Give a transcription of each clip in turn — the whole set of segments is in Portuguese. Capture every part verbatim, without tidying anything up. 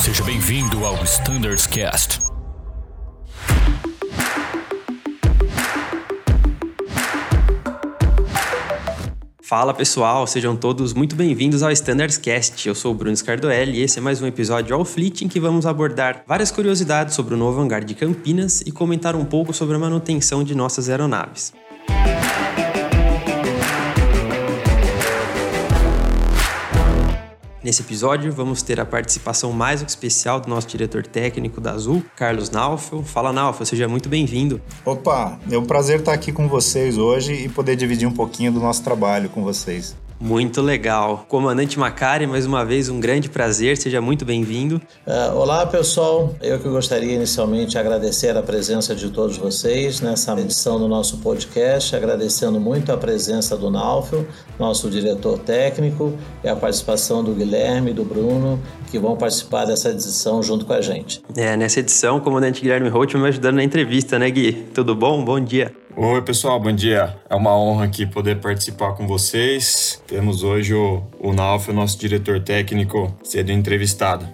Seja bem-vindo ao Standards Cast. Fala pessoal, sejam todos muito bem-vindos ao Standards Cast. Eu sou o Bruno Scardoelli e esse é mais um episódio ao Fleet em que vamos abordar várias curiosidades sobre o novo hangar de Campinas e comentar um pouco sobre a manutenção de nossas aeronaves. Nesse episódio, vamos ter a participação mais do que especial do nosso diretor técnico da Azul, Carlos Naufel. Fala, Naufel, seja muito bem-vindo. Opa, é um prazer estar aqui com vocês hoje e poder dividir um pouquinho do nosso trabalho com vocês. Muito legal. Comandante Macari, mais uma vez, um grande prazer, seja muito bem-vindo. Uh, olá, pessoal. Eu que gostaria inicialmente de agradecer a presença de todos vocês nessa edição do nosso podcast, agradecendo muito a presença do Naufel, nosso diretor técnico, e a participação do Guilherme e do Bruno, que vão participar dessa edição junto com a gente. É, nessa edição, o comandante Guilherme Holt me ajudando na entrevista, né, Gui? Tudo bom? Bom dia. Oi, pessoal, bom dia. É uma honra aqui poder participar com vocês. Temos hoje o, o Naufel, nosso diretor técnico, sendo entrevistado.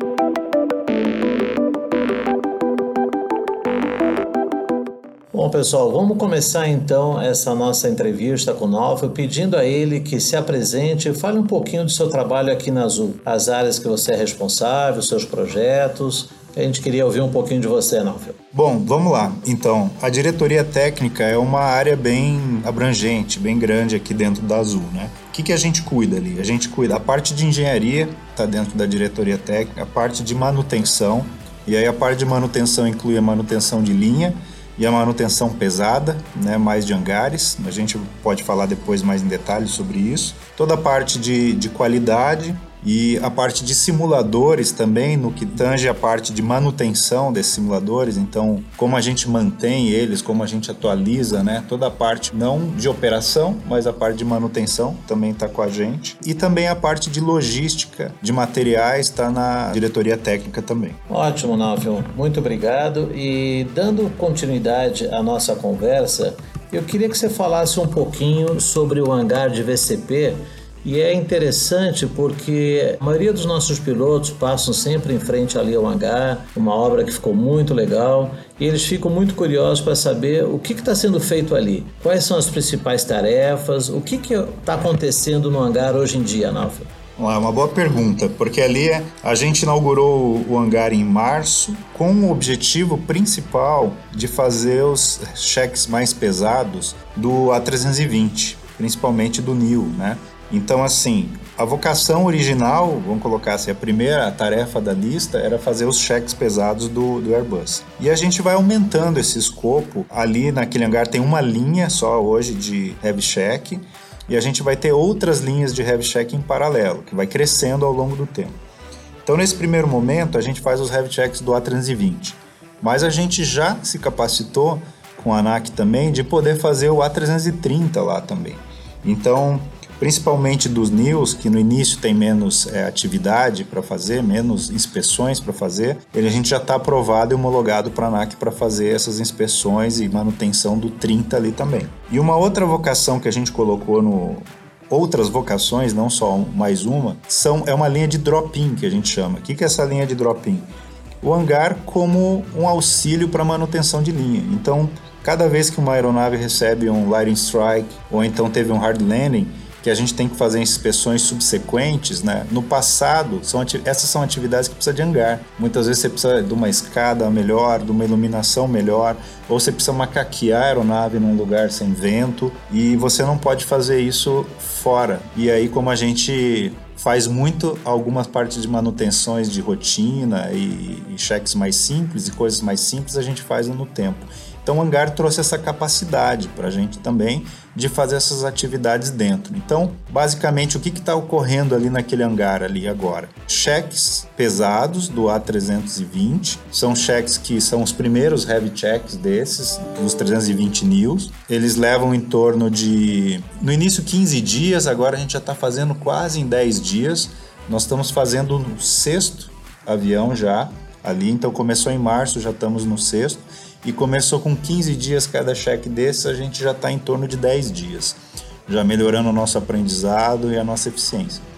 Bom, pessoal, vamos começar então essa nossa entrevista com o Naufel, pedindo a ele que se apresente e fale um pouquinho do seu trabalho aqui na Azul, as áreas que você é responsável, seus projetos. A gente queria ouvir um pouquinho de você, Naufel. Bom, vamos lá. Então, a diretoria técnica é uma área bem abrangente, bem grande aqui dentro da Azul, né? O que, que a gente cuida ali? A gente cuida a parte de engenharia, está dentro da diretoria técnica, a parte de manutenção, e aí a parte de manutenção inclui a manutenção de linha e a manutenção pesada, né, mais de hangares. A gente pode falar depois mais em detalhes sobre isso. Toda a parte de, de qualidade e a parte de simuladores também, no que tange a parte de manutenção desses simuladores. Então, como a gente mantém eles, como a gente atualiza, né, toda a parte não de operação, mas a parte de manutenção também está com a gente. E também a parte de logística de materiais está na diretoria técnica também. Ótimo, Naufel. Muito obrigado. E dando continuidade à nossa conversa, eu queria que você falasse um pouquinho sobre o hangar de V C P. E é interessante porque a maioria dos nossos pilotos passam sempre em frente ali ao hangar, uma obra que ficou muito legal, e eles ficam muito curiosos para saber o que está sendo feito ali, quais são as principais tarefas, o que está acontecendo no hangar hoje em dia, Naufel. É uma boa pergunta, porque ali a gente inaugurou o hangar em março com o objetivo principal de fazer os cheques mais pesados do A trezentos e vinte, principalmente do N I O, né? Então, assim, a vocação original, vamos colocar assim, a primeira tarefa da lista era fazer os cheques pesados do, do Airbus. E a gente vai aumentando esse escopo. Ali naquele hangar tem uma linha só hoje de heavy check e a gente vai ter outras linhas de heavy check em paralelo, que vai crescendo ao longo do tempo. Então, nesse primeiro momento, a gente faz os heavy checks do A trezentos e vinte. Mas a gente já se capacitou com a ANAC também de poder fazer o A trezentos e trinta lá também. Então, principalmente dos N I Os, que no início tem menos é, atividade para fazer, menos inspeções para fazer, ele, a gente já está aprovado e homologado para a ANAC para fazer essas inspeções e manutenção do trinta ali também. E uma outra vocação que a gente colocou no... Outras vocações, não só mais uma, são, é uma linha de drop-in que a gente chama. O que, que é essa linha de drop-in? O hangar como um auxílio para manutenção de linha. Então, cada vez que uma aeronave recebe um lightning strike ou então teve um hard landing, que a gente tem que fazer inspeções subsequentes, né? No passado, são ati- essas são atividades que precisa de hangar. Muitas vezes você precisa de uma escada melhor, de uma iluminação melhor, ou você precisa macaquear a aeronave num lugar sem vento, e você não pode fazer isso fora. E aí, como a gente faz muito algumas partes de manutenções de rotina e, e cheques mais simples e coisas mais simples, a gente faz no tempo. Então o hangar trouxe essa capacidade para a gente também de fazer essas atividades dentro. Então, basicamente, o que está ocorrendo ali naquele hangar ali agora? Cheques pesados do A trezentos e vinte, são cheques que são os primeiros heavy checks desses, dos trezentos e vinte N I Os. Eles levam em torno de, no início, quinze dias, agora a gente já está fazendo quase em dez dias. Nós estamos fazendo o sexto avião já ali, então começou em março, já estamos no sexto. E começou com quinze dias cada cheque desses, a gente já está em torno de dez dias, já melhorando o nosso aprendizado e a nossa eficiência.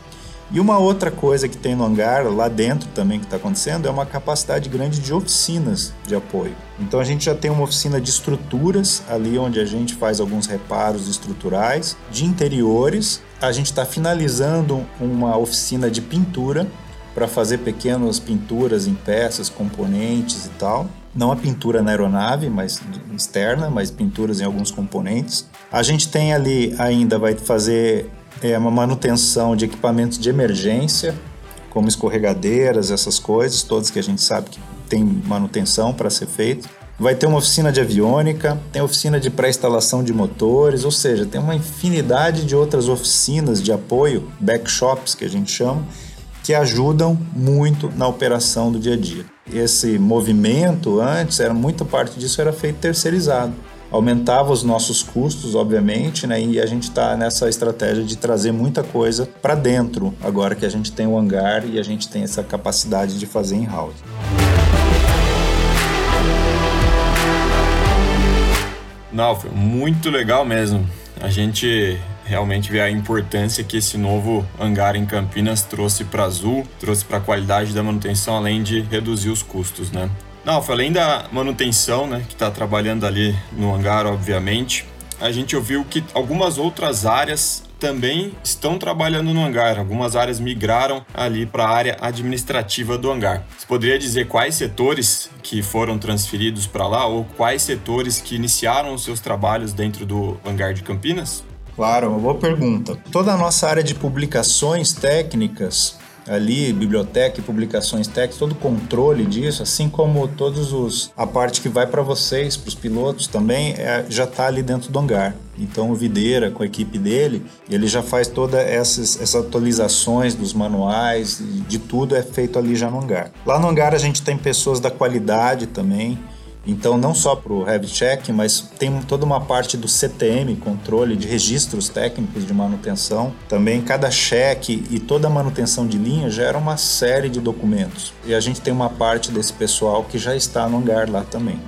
E uma outra coisa que tem no hangar, lá dentro também que está acontecendo, é uma capacidade grande de oficinas de apoio. Então a gente já tem uma oficina de estruturas, ali onde a gente faz alguns reparos estruturais, de interiores. A gente está finalizando uma oficina de pintura, para fazer pequenas pinturas em peças, componentes e tal. Não a pintura na aeronave, mas externa, mas pinturas em alguns componentes. A gente tem ali ainda, vai fazer é, uma manutenção de equipamentos de emergência, como escorregadeiras, essas coisas, todas que a gente sabe que tem manutenção para ser feito. Vai ter uma oficina de aviônica, tem oficina de pré-instalação de motores, ou seja, tem uma infinidade de outras oficinas de apoio, backshops que a gente chama, que ajudam muito na operação do dia a dia. Esse movimento antes, era muita parte disso era feito terceirizado. Aumentava os nossos custos, obviamente, né? E a gente está nessa estratégia de trazer muita coisa para dentro, agora que a gente tem o hangar e a gente tem essa capacidade de fazer in-house. Não, foi muito legal mesmo. A gente realmente vê a importância que esse novo hangar em Campinas trouxe para a Azul, trouxe para a qualidade da manutenção, além de reduzir os custos, né? Não, além da manutenção, né, que está trabalhando ali no hangar, obviamente, a gente ouviu que algumas outras áreas também estão trabalhando no hangar. Algumas áreas migraram ali para a área administrativa do hangar. Você poderia dizer quais setores que foram transferidos para lá ou quais setores que iniciaram os seus trabalhos dentro do hangar de Campinas? Claro, uma boa pergunta. Toda a nossa área de publicações técnicas, ali, biblioteca e publicações técnicas, todo o controle disso, assim como todos os a parte que vai para vocês, para os pilotos também, é, já está ali dentro do hangar. Então o Videira, com a equipe dele, ele já faz todas essas, essas atualizações dos manuais, de tudo é feito ali já no hangar. Lá no hangar a gente tem pessoas da qualidade também. Então, não só para o Heavy Check, mas tem toda uma parte do C T M, controle de registros técnicos de manutenção. Também cada cheque e toda a manutenção de linha gera uma série de documentos. E a gente tem uma parte desse pessoal que já está no hangar lá também.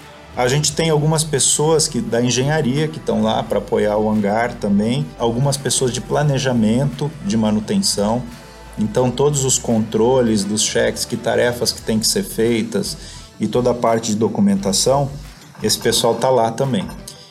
A gente tem algumas pessoas que, da engenharia que estão lá para apoiar o hangar também. Algumas pessoas de planejamento de manutenção. Então, todos os controles dos cheques, que tarefas que têm que ser feitas e toda a parte de documentação, esse pessoal está lá também.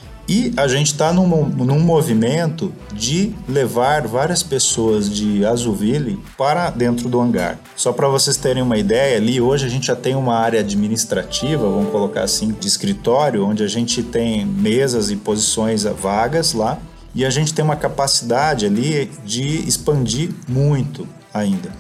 E a gente está num, num movimento de levar várias pessoas de Azulville para dentro do hangar. Só para vocês terem uma ideia, ali hoje a gente já tem uma área administrativa, vamos colocar assim, de escritório, onde a gente tem mesas e posições vagas lá, e a gente tem uma capacidade ali de expandir muito ainda.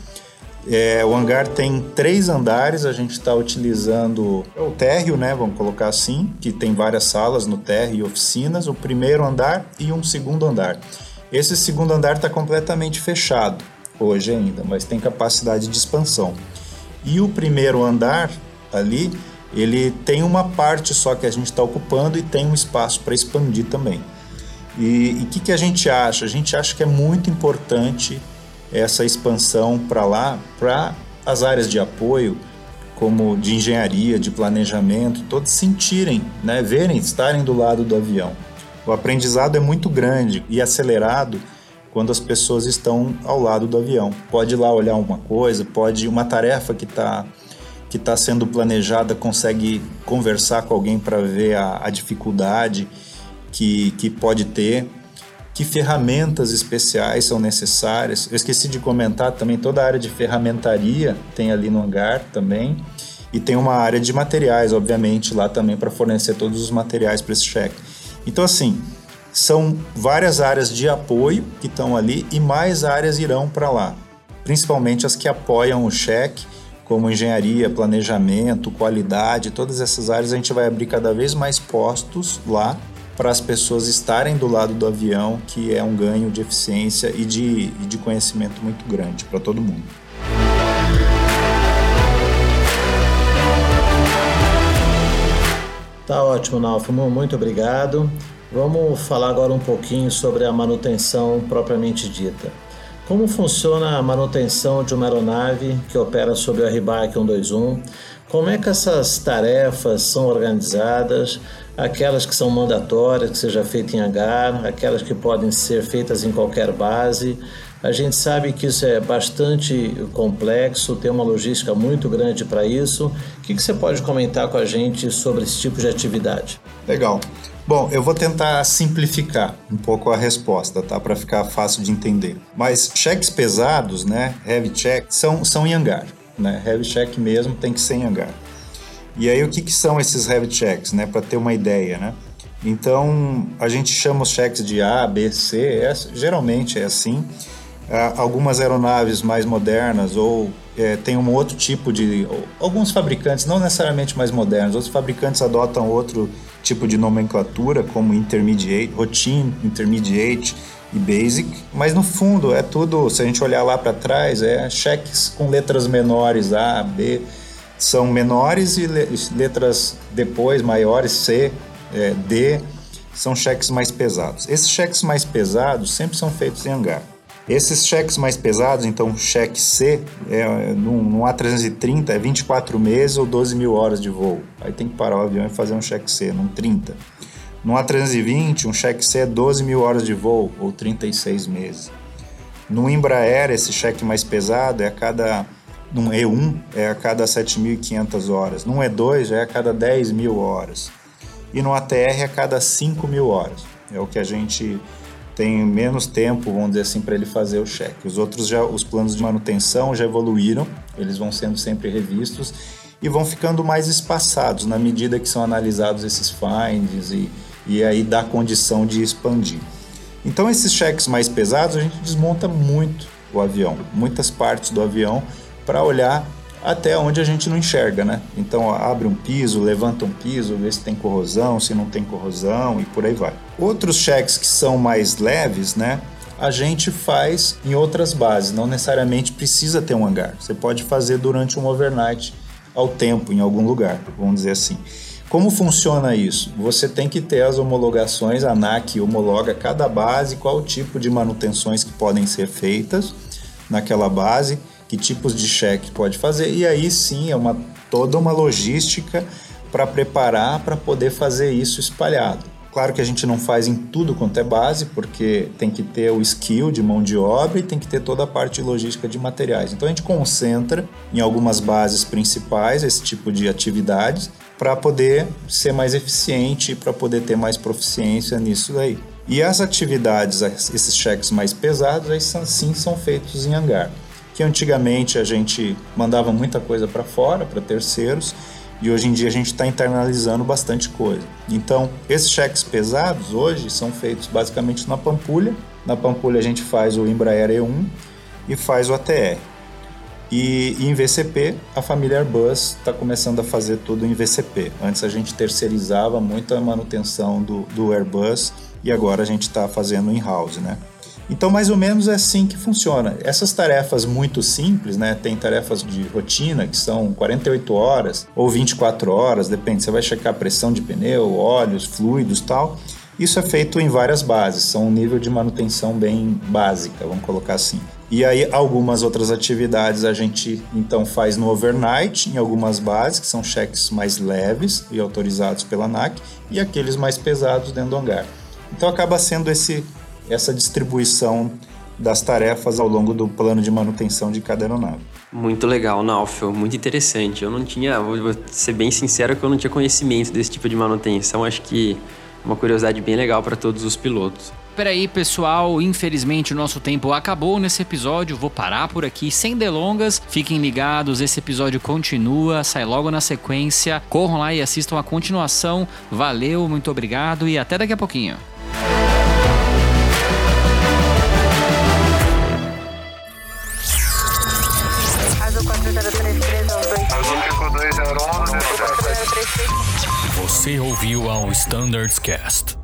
É, o hangar tem três andares, a gente está utilizando o térreo, né, vamos colocar assim, que tem várias salas no térreo e oficinas, o primeiro andar e um segundo andar. Esse segundo andar está completamente fechado hoje ainda, mas tem capacidade de expansão. E o primeiro andar ali, ele tem uma parte só que a gente está ocupando e tem um espaço para expandir também. E o que, que a gente acha? A gente acha que é muito importante essa expansão para lá, para as áreas de apoio, como de engenharia, de planejamento, todos sentirem, né, verem, estarem do lado do avião. O aprendizado é muito grande e acelerado quando as pessoas estão ao lado do avião. Pode ir lá olhar uma coisa, pode uma tarefa que está que tá sendo planejada, consegue conversar com alguém para ver a, a dificuldade que, que pode ter. Que ferramentas especiais são necessárias. Eu esqueci de comentar também, toda a área de ferramentaria tem ali no hangar também. E tem uma área de materiais, obviamente, lá também para fornecer todos os materiais para esse cheque. Então, assim, são várias áreas de apoio que estão ali e mais áreas irão para lá. Principalmente as que apoiam o cheque, como engenharia, planejamento, qualidade, todas essas áreas a gente vai abrir cada vez mais postos lá, para as pessoas estarem do lado do avião, que é um ganho de eficiência e de, e de conhecimento muito grande para todo mundo. Tá ótimo, Nauf, muito obrigado. Vamos falar agora um pouquinho sobre a manutenção propriamente dita. Como funciona a manutenção de uma aeronave que opera sob o R B A C cento e vinte e um? Como é que essas tarefas são organizadas? aquelas que são mandatórias, que seja feita em hangar, aquelas que podem ser feitas em qualquer base. A gente sabe que isso é bastante complexo, tem uma logística muito grande para isso. O que, que você pode comentar com a gente sobre esse tipo de atividade? Legal. Bom, eu vou tentar simplificar um pouco a resposta, tá? Para ficar fácil de entender. Mas cheques pesados, né? Heavy check, são, são em hangar, né? Heavy check mesmo tem que ser em hangar. E aí, o que, que são esses heavy checks, né? Para ter uma ideia, né? Então, a gente chama os cheques de A, B, C, é, geralmente é assim. Ah, algumas aeronaves mais modernas ou é, tem um outro tipo de... Alguns fabricantes, não necessariamente mais modernos, outros fabricantes adotam outro tipo de nomenclatura, como Intermediate, Routine, Intermediate e Basic, mas no fundo é tudo, se a gente olhar lá para trás, é cheques com letras menores, A, B, são menores e letras depois maiores, C, é, D, são cheques mais pesados. Esses cheques mais pesados sempre são feitos em hangar. Esses cheques mais pesados, então cheque C, é, num, num A trezentos e trinta é vinte e quatro meses ou doze mil horas de voo. Aí tem que parar o avião e fazer um cheque C, num trinta. No A trezentos e vinte, um cheque C é doze mil horas de voo ou trinta e seis meses. No Embraer, esse cheque mais pesado é a cada... Num E um é a cada sete mil e quinhentas horas. Num E dois já é a cada dez mil horas. E no A T R é a cada cinco mil horas. É o que a gente... tem menos tempo, vamos dizer assim, para ele fazer o cheque. Os outros, já, os planos de manutenção já evoluíram, eles vão sendo sempre revistos e vão ficando mais espaçados na medida que são analisados esses finds e, e aí dá condição de expandir. Então, esses cheques mais pesados, a gente desmonta muito o avião, muitas partes do avião, para olhar até onde a gente não enxerga, né? Então, ó, abre um piso, levanta um piso, vê se tem corrosão, se não tem corrosão e por aí vai. Outros cheques que são mais leves, né? A gente faz em outras bases, não necessariamente precisa ter um hangar. Você pode fazer durante um overnight ao tempo, em algum lugar, vamos dizer assim. Como funciona isso? Você tem que ter as homologações, a ANAC homologa cada base, qual o tipo de manutenções que podem ser feitas naquela base, que tipos de cheque pode fazer, e aí sim é uma, toda uma logística para preparar para poder fazer isso espalhado. Claro que a gente não faz em tudo quanto é base, porque tem que ter o skill de mão de obra e tem que ter toda a parte logística de materiais. Então a gente concentra em algumas bases principais esse tipo de atividades para poder ser mais eficiente e para poder ter mais proficiência nisso daí. E as atividades, esses cheques mais pesados, aí sim são feitos em hangar. Que antigamente a gente mandava muita coisa para fora, para terceiros, e hoje em dia a gente está internalizando bastante coisa. Então, esses cheques pesados hoje são feitos basicamente na Pampulha. Na Pampulha a gente faz o Embraer E um e faz o A T R. E, e em V C P, a família Airbus está começando a fazer tudo em V C P. Antes a gente terceirizava muita manutenção do, do Airbus e agora a gente está fazendo in-house, né? Então, mais ou menos é assim que funciona. Essas tarefas muito simples, né? Tem tarefas de rotina que são quarenta e oito horas ou vinte e quatro horas, depende. Você vai checar a pressão de pneu, óleos, fluidos e tal. Isso é feito em várias bases, são um nível de manutenção bem básica, vamos colocar assim. E aí, algumas outras atividades a gente, então, faz no overnight, em algumas bases, que são cheques mais leves e autorizados pela ANAC, e aqueles mais pesados dentro do hangar. Então, acaba sendo esse... essa distribuição das tarefas ao longo do plano de manutenção de cada aeronave. Muito legal, Naufel, muito interessante. Eu não tinha, vou ser bem sincero que eu não tinha conhecimento desse tipo de manutenção, acho que é uma curiosidade bem legal para todos os pilotos. Peraí, pessoal, infelizmente o nosso tempo acabou nesse episódio, vou parar por aqui sem delongas, fiquem ligados, esse episódio continua, sai logo na sequência, corram lá e assistam a continuação, valeu, muito obrigado e até daqui a pouquinho. Você ouviu ao Standards Cast.